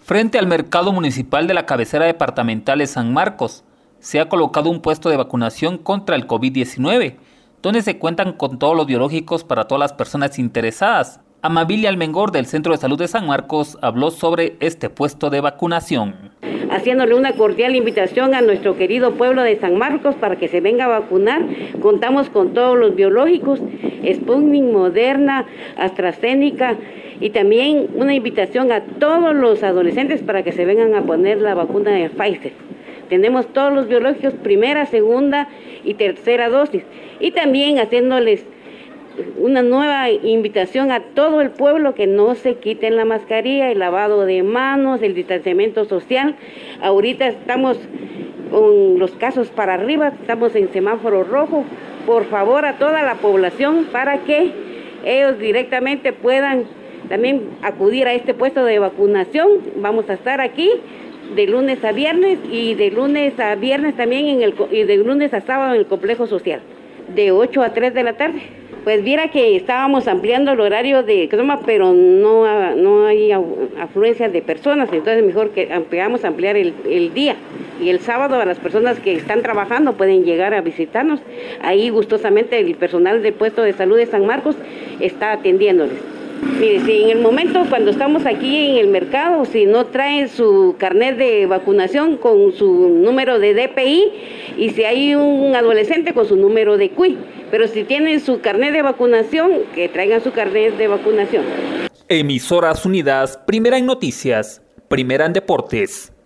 Frente al mercado municipal de la cabecera departamental de San Marcos, se ha colocado un puesto de vacunación contra el COVID-19, donde se cuentan con todos los biológicos para todas las personas interesadas. Amabilia Almengor del Centro de Salud de San Marcos habló sobre este puesto de vacunación. Haciéndole una cordial invitación a nuestro querido pueblo de San Marcos para que se venga a vacunar. Contamos con todos los biológicos, Sputnik, Moderna, AstraZeneca, y también una invitación a todos los adolescentes para que se vengan a poner la vacuna de Pfizer. Tenemos todos los biológicos, primera, segunda y tercera dosis. Y también haciéndoles una nueva invitación a todo el pueblo que no se quiten la mascarilla, el lavado de manos, el distanciamiento social. Ahorita estamos con los casos para arriba, estamos en semáforo rojo. Por favor, a toda la población para que ellos directamente puedan también acudir a este puesto de vacunación. Vamos a estar aquí de lunes a viernes y de lunes a viernes también y de lunes a sábado en el complejo social, de 8 a 3 de la tarde. Pues viera que estábamos ampliando el horario de croma, pero no hay afluencia de personas, entonces mejor que vamos a ampliar el día. Y el sábado a las personas que están trabajando pueden llegar a visitarnos. Ahí gustosamente el personal del puesto de salud de San Marcos está atendiéndoles. Mire, si en el momento cuando estamos aquí en el mercado, si no traen su carnet de vacunación con su número de DPI y si hay un adolescente con su número de CUI, pero si tienen su carnet de vacunación, que traigan su carnet de vacunación. Emisoras Unidas, primera en noticias, primera en deportes.